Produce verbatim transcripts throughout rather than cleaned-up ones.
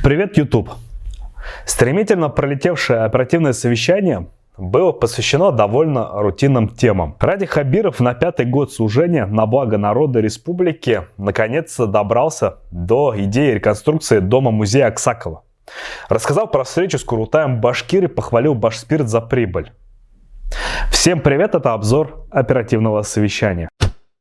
Привет, YouTube! Стремительно пролетевшее оперативное совещание было посвящено довольно рутинным темам. Ради Хабиров на пятый год служения на благо народа республики наконец-то добрался до идеи реконструкции дома-музея Аксакова. Рассказал про встречу с Курултаем Башкир и похвалил Башспирт за прибыль. Всем привет, это обзор оперативного совещания.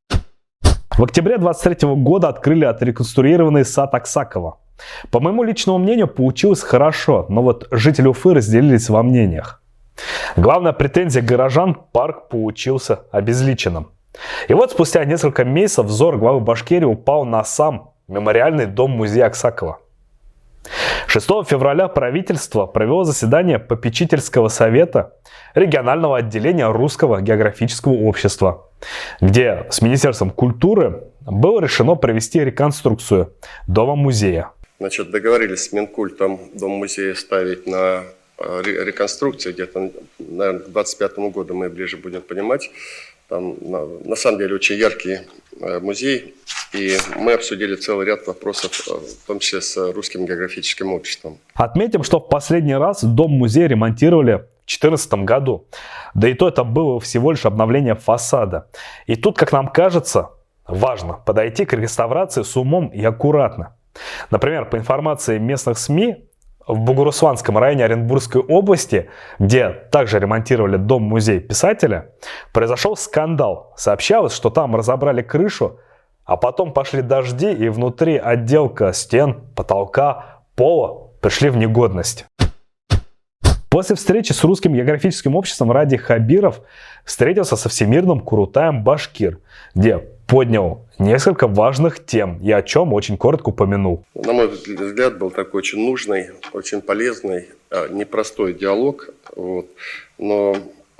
В октябре две тысячи двадцать третьего года открыли отреконструированный сад Аксакова. По моему личному мнению, получилось хорошо, но вот жители Уфы разделились во мнениях. Главная претензия горожан – парк получился обезличенным. И вот спустя несколько месяцев взор главы Башкирии упал на сам мемориальный дом-музей Аксакова. шестого февраля правительство провело заседание попечительского совета регионального отделения Русского географического общества, где с Министерством культуры было решено провести реконструкцию дома-музея. Значит, договорились с Минкультом дом-музея ставить на реконструкцию, где-то, наверное, к двадцать пятому году мы ближе будем понимать. Там, на, на самом деле, очень яркий музей, и мы обсудили целый ряд вопросов, в том числе с Русским географическим обществом. Отметим, что в последний раз дом-музей ремонтировали в две тысячи четырнадцатом году. Да и то это было всего лишь обновление фасада. И тут, как нам кажется, важно подойти к реставрации с умом и аккуратно. Например, по информации местных СМИ, в Бугурусланском районе Оренбургской области, где также ремонтировали дом-музей писателя, произошел скандал. Сообщалось, что там разобрали крышу, а потом пошли дожди, и внутри отделка стен, потолка, пола пришли в негодность. После встречи с Русским географическим обществом Ради Хабиров встретился со всемирным Курултаем Башкир, где поднял несколько важных тем и о чем очень коротко упомянул. На мой взгляд, был такой очень нужный, очень полезный, непростой диалог. Вот. Но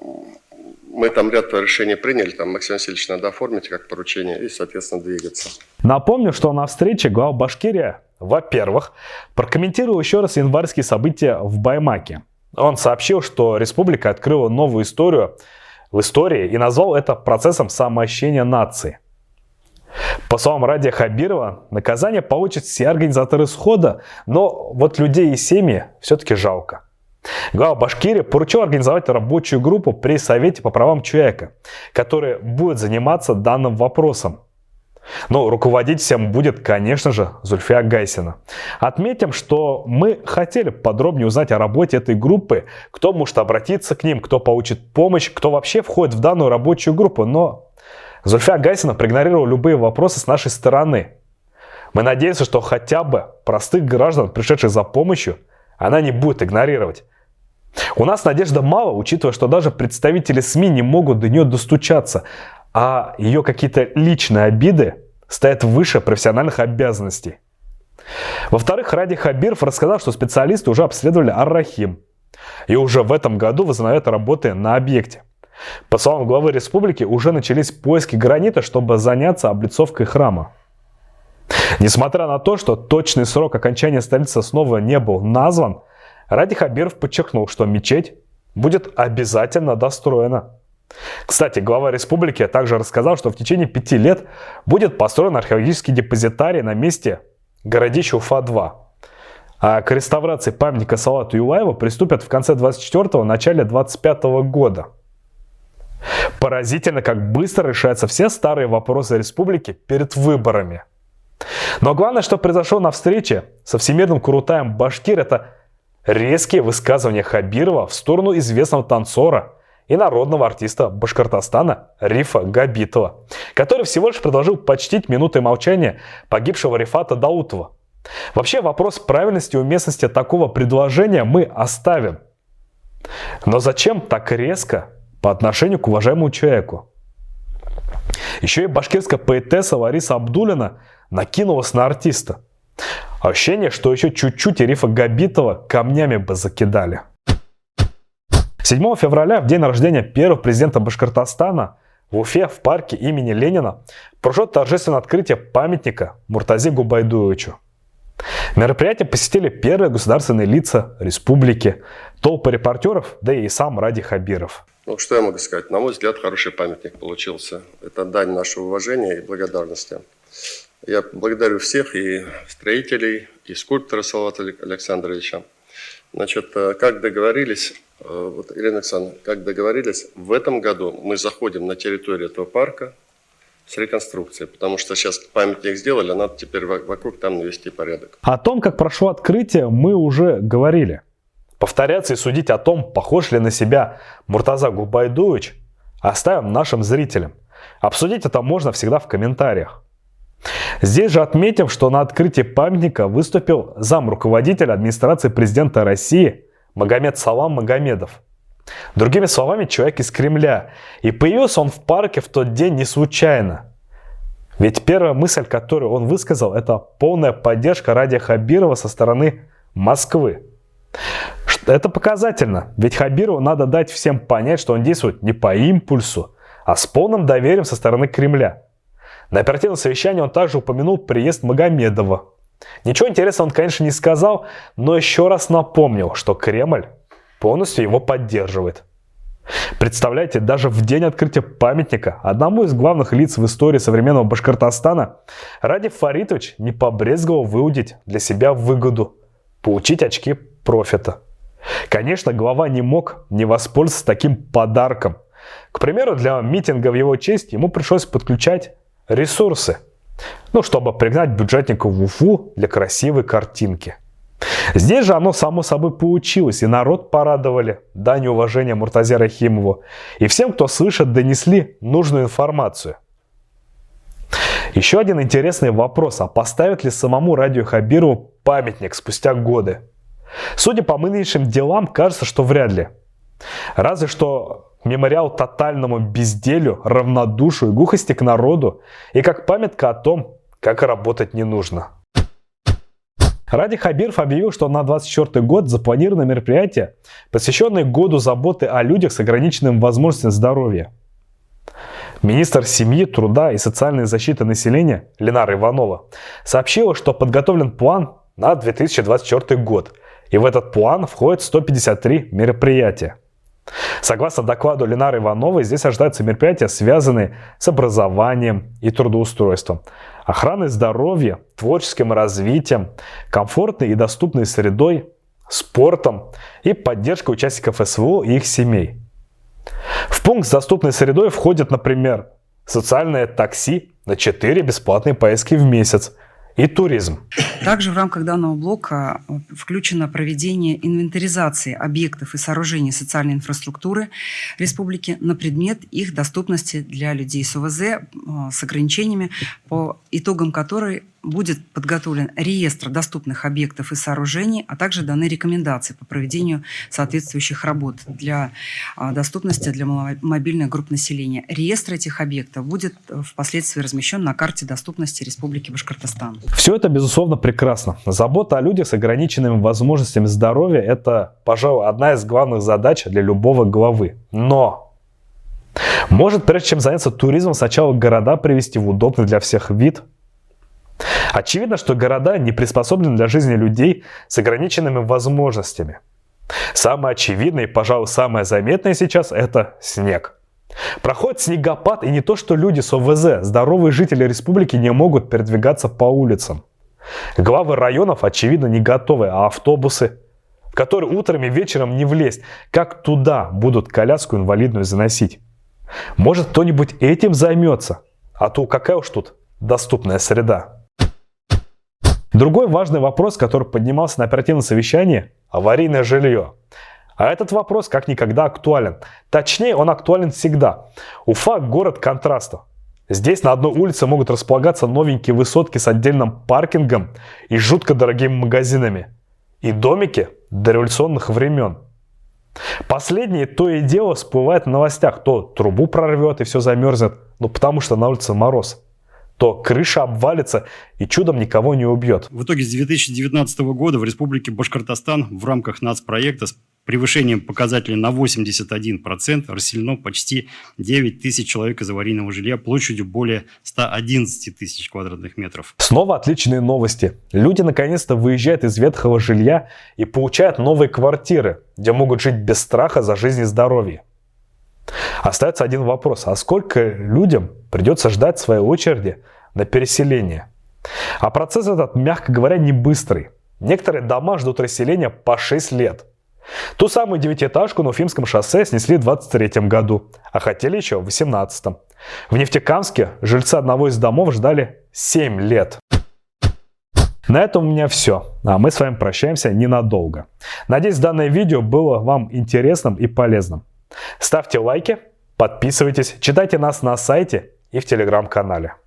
мы там ряд решений приняли, там Максим Васильевич надо оформить как поручение и, соответственно, двигаться. Напомню, что на встрече глава Башкирии, во-первых, прокомментировал еще раз январские события в Баймаке. Он сообщил, что республика открыла новую историю в истории и назвал это процессом самоощущения нации. По словам Ради Хабирова, наказание получат все организаторы схода, но вот людей и семьи все-таки жалко. Глава Башкирии поручил организовать рабочую группу при Совете по правам человека, которая будет заниматься данным вопросом. Но руководить всем будет, конечно же, Зульфия Гайсина. Отметим, что мы хотели подробнее узнать о работе этой группы, кто может обратиться к ним, кто получит помощь, кто вообще входит в данную рабочую группу, но Зульфия Гайсина проигнорировала любые вопросы с нашей стороны. Мы надеемся, что хотя бы простых граждан, пришедших за помощью, она не будет игнорировать. У нас надежды мало, учитывая, что даже представители СМИ не могут до нее достучаться, а ее какие-то личные обиды стоят выше профессиональных обязанностей. Во-вторых, Ради Хабиров рассказал, что специалисты уже обследовали Ар-Рахим и уже в этом году возобновят работы на объекте. По словам главы республики, уже начались поиски гранита, чтобы заняться облицовкой храма. Несмотря на то, что точный срок окончания строительства снова не был назван, Ради Хабиров подчеркнул, что мечеть будет обязательно достроена. Кстати, глава республики также рассказал, что в течение пяти лет будет построен археологический депозитарий на месте городища Уфа-два. А к реставрации памятника Салавату Юлаеву приступят в конце двадцать четвёртого, начале двадцать пятого года. Поразительно, как быстро решаются все старые вопросы республики перед выборами. Но главное, что произошло на встрече со всемирным Курултаем Башкир, это резкие высказывания Хабирова в сторону известного танцора и народного артиста Башкортостана Рифа Габитова, который всего лишь предложил почтить минутой молчания погибшего Рифата Даутова. Вообще вопрос правильности и уместности такого предложения мы оставим. Но зачем так резко по отношению к уважаемому человеку? Еще и башкирская поэтесса Лариса Абдуллина накинулась на артиста. Ощущение, что еще чуть-чуть и Рифа Габитова камнями бы закидали. седьмого февраля, в день рождения первого президента Башкортостана, в Уфе в парке имени Ленина прошло торжественное открытие памятника Муртазе Губайдуловичу. Мероприятие посетили первые государственные лица республики, толпы репортеров, да и сам Ради Хабиров. Ну, что я могу сказать? На мой взгляд, хороший памятник получился. Это дань нашего уважения и благодарности. Я благодарю всех, и строителей, и скульптора Салавата Александровича. Значит, как договорились, вот, Ирина Александровна, как договорились, в этом году мы заходим на территорию этого парка с реконструкцией, потому что сейчас памятник сделали, а надо теперь вокруг там навести порядок. О том, как прошло открытие, мы уже говорили. Повторяться и судить о том, похож ли на себя Муртаза Губайдулович, оставим нашим зрителям. Обсудить это можно всегда в комментариях. Здесь же отметим, что на открытии памятника выступил замруководителя администрации президента России Магомед Салам Магомедов. Другими словами, человек из Кремля. И появился он в парке в тот день не случайно. Ведь первая мысль, которую он высказал, это полная поддержка Радия Хабирова со стороны Москвы. Это показательно, ведь Хабирову надо дать всем понять, что он действует не по импульсу, а с полным доверием со стороны Кремля. На оперативном совещании он также упомянул приезд Магомедова. Ничего интересного он, конечно, не сказал, но еще раз напомнил, что Кремль полностью его поддерживает. Представляете, даже в день открытия памятника одному из главных лиц в истории современного Башкортостана Ради Фаритович не побрезговал выудить для себя выгоду, получить очки профита. Конечно, глава не мог не воспользоваться таким подарком. К примеру, для митинга в его честь ему пришлось подключать ресурсы, ну, чтобы пригнать бюджетников в Уфу для красивой картинки. Здесь же оно само собой получилось, и народ порадовали, дань уважения Муртазе Рахимову, и всем, кто слышит, донесли нужную информацию. Еще один интересный вопрос, а поставят ли самому Радию Хабирову памятник спустя годы? Судя по нынешним делам, кажется, что вряд ли. Разве что мемориал тотальному безделью, равнодушию и глухости к народу, и как памятка о том, как работать не нужно. Ради Хабиров объявил, что на двадцать четвёртый год запланировано мероприятие, посвященное году заботы о людях с ограниченными возможностями здоровья. Министр семьи, труда и социальной защиты населения Ленара Иванова сообщила, что подготовлен план на две тысячи двадцать четвёртый год, и в этот план входит сто пятьдесят три мероприятия. Согласно докладу Ленары Ивановой, здесь ожидаются мероприятия, связанные с образованием и трудоустройством, охраной здоровья, творческим развитием, комфортной и доступной средой, спортом и поддержкой участников эс вэ о и их семей. В пункт с доступной средой входит, например, социальное такси на четыре бесплатные поездки в месяц и туризм. Также в рамках данного блока включено проведение инвентаризации объектов и сооружений социальной инфраструктуры республики на предмет их доступности для людей с о вэ зэ с ограничениями, по итогам которой будет подготовлен реестр доступных объектов и сооружений, а также даны рекомендации по проведению соответствующих работ для доступности для мобильных групп населения. Реестр этих объектов будет впоследствии размещен на карте доступности Республики Башкортостан. Все это, безусловно, прекрасно. Забота о людях с ограниченными возможностями здоровья – это, пожалуй, одна из главных задач для любого главы. Но, может, прежде чем заняться туризмом, сначала города привести в удобный для всех вид? Очевидно, что города не приспособлены для жизни людей с ограниченными возможностями. Самое очевидное и, пожалуй, самое заметное сейчас – это снег. Проходит снегопад, и не то, что люди с о вэ зэ, здоровые жители республики не могут передвигаться по улицам. Главы районов, очевидно, не готовы, а автобусы, в которые утром и вечером не влезть, как туда будут коляску инвалидную заносить? Может, кто-нибудь этим займется? А то какая уж тут доступная среда. Другой важный вопрос, который поднимался на оперативном совещании – аварийное жилье. А этот вопрос как никогда актуален. Точнее, он актуален всегда. Уфа – город контрастов. Здесь на одной улице могут располагаться новенькие высотки с отдельным паркингом и жутко дорогими магазинами. И домики дореволюционных времен. Последнее то и дело всплывает в новостях. То трубу прорвет и все замерзнет, ну потому что на улице мороз. То крыша обвалится и чудом никого не убьет. В итоге с две тысячи девятнадцатого года в Республике Башкортостан в рамках нацпроекта с превышением показателей на восемьдесят один процент расселено почти девять тысяч человек из аварийного жилья площадью более ста одиннадцати тысяч квадратных метров. Снова отличные новости. Люди наконец-то выезжают из ветхого жилья и получают новые квартиры, где могут жить без страха за жизнь и здоровье. Остается один вопрос. А сколько людям придется ждать своей очереди на переселение? А процесс этот, мягко говоря, не быстрый. Некоторые дома ждут расселения по шесть лет. Ту самую девятиэтажку на Уфимском шоссе снесли в двадцать третьем году, а хотели еще в восемнадцатом. В Нефтекамске жильцы одного из домов ждали семь лет. На этом у меня все, а мы с вами прощаемся ненадолго. Надеюсь, данное видео было вам интересным и полезным. Ставьте лайки, подписывайтесь, читайте нас на сайте и в телеграм-канале.